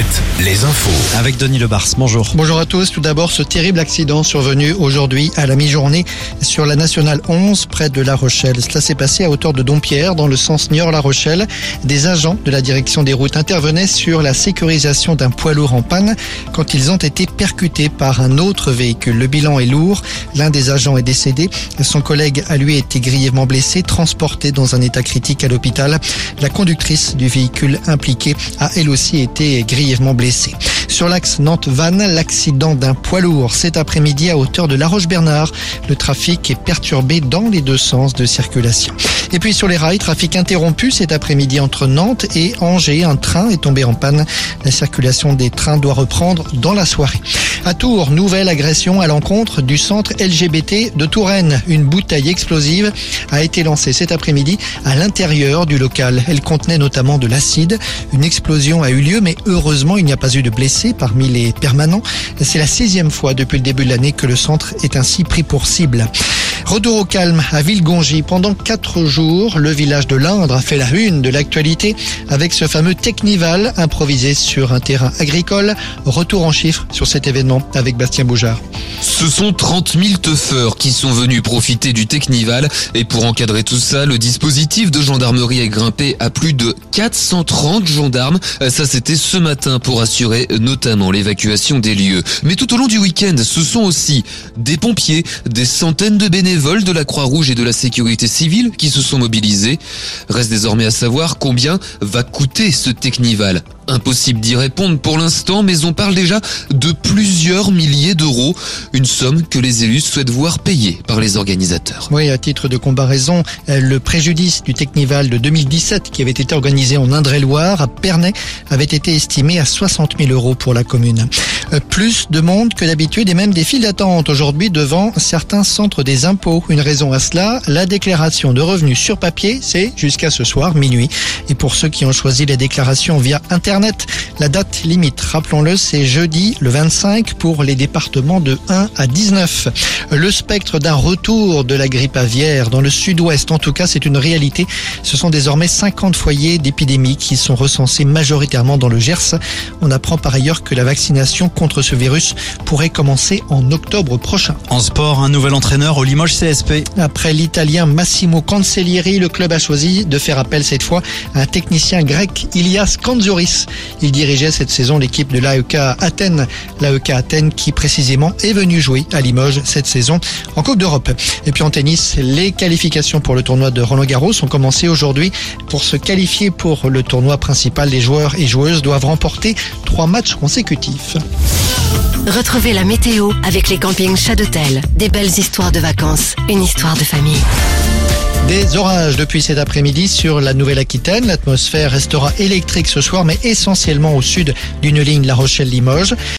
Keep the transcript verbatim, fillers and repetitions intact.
sept, les infos. Avec Denis Lebars, bonjour. Bonjour à tous. Tout d'abord, ce terrible accident survenu aujourd'hui à la mi-journée sur la nationale onze près de La Rochelle. Cela s'est passé à hauteur de Dompierre, dans le sens Niort-La Rochelle. Des agents de la direction des routes intervenaient sur la sécurisation d'un poids lourd en panne quand ils ont été percutés par un autre véhicule. Le bilan est lourd. L'un des agents est décédé. Son collègue a lui été grièvement blessé, transporté dans un état critique à l'hôpital. La conductrice du véhicule impliqué a elle aussi été grièvement blessée. Sur l'axe Nantes-Vannes, l'accident d'un poids lourd cet après-midi à hauteur de La Roche-Bernard. Le trafic est perturbé dans les deux sens de circulation. Et puis sur les rails, trafic interrompu cet après-midi entre Nantes et Angers. Un train est tombé en panne. La circulation des trains doit reprendre dans la soirée. À Tours, nouvelle agression à l'encontre du centre L G B T de Touraine. Une bouteille explosive a été lancée cet après-midi à l'intérieur du local. Elle contenait notamment de l'acide. Une explosion a eu lieu, mais heureusement, il n'y a pas eu de blessés parmi les permanents. C'est la sixième fois depuis le début de l'année que le centre est ainsi pris pour cible. Retour au calme à Villegongy. Pendant quatre jours, le village de l'Indre a fait la une de l'actualité avec ce fameux Technival improvisé sur un terrain agricole. Retour en chiffres sur cet événement avec Bastien Boujard. Ce sont trente mille teufeurs qui sont venus profiter du Technival. Et pour encadrer tout ça, le dispositif de gendarmerie est grimpé à plus de quatre cent trente gendarmes. Ça, c'était ce matin pour assurer notamment l'évacuation des lieux. Mais tout au long du week-end, ce sont aussi des pompiers, des centaines de bénévoles de la Croix-Rouge et de la Sécurité civile qui se sont mobilisés. Reste désormais à savoir combien va coûter ce Technival. Impossible d'y répondre pour l'instant, mais on parle déjà de plusieurs milliers d'euros. Une somme que les élus souhaitent voir payée par les organisateurs. Oui, à titre de comparaison, le préjudice du Technival de deux mille dix-sept qui avait été organisé en Indre-et-Loire, à Pernay, avait été estimé à soixante mille euros pour la commune. Plus de monde que d'habitude et même des files d'attente aujourd'hui devant certains centres des impôts. Une raison à cela, la déclaration de revenus sur papier, c'est jusqu'à ce soir, minuit. Et pour ceux qui ont choisi la déclaration via Internet, la date limite, rappelons-le, c'est jeudi le vingt-cinq pour les départements de un à dix-neuf. Le spectre d'un retour de la grippe aviaire dans le sud-ouest, en tout cas, c'est une réalité. Ce sont désormais cinquante foyers d'épidémie qui sont recensés majoritairement dans le Gers. On apprend par ailleurs que la vaccination contre ce virus pourrait commencer en octobre prochain. En sport, un nouvel entraîneur au Limoges C S P. Après l'italien Massimo Cancellieri, le club a choisi de faire appel cette fois à un technicien grec, Ilias Kantzoris. Il dirigeait cette saison l'équipe de l'A E K Athènes. L'A E K Athènes qui précisément est venu jouer à Limoges cette saison en Coupe d'Europe. Et puis en tennis, les qualifications pour le tournoi de Roland-Garros ont commencé aujourd'hui. Pour se qualifier pour le tournoi principal, les joueurs et joueuses doivent remporter trois matchs consécutifs. Retrouvez la météo avec les campings Châteautel. Des belles histoires de vacances, une histoire de famille. Des orages depuis cet après-midi sur la Nouvelle-Aquitaine. L'atmosphère restera électrique ce soir, mais essentiellement au sud d'une ligne La Rochelle-Limoges.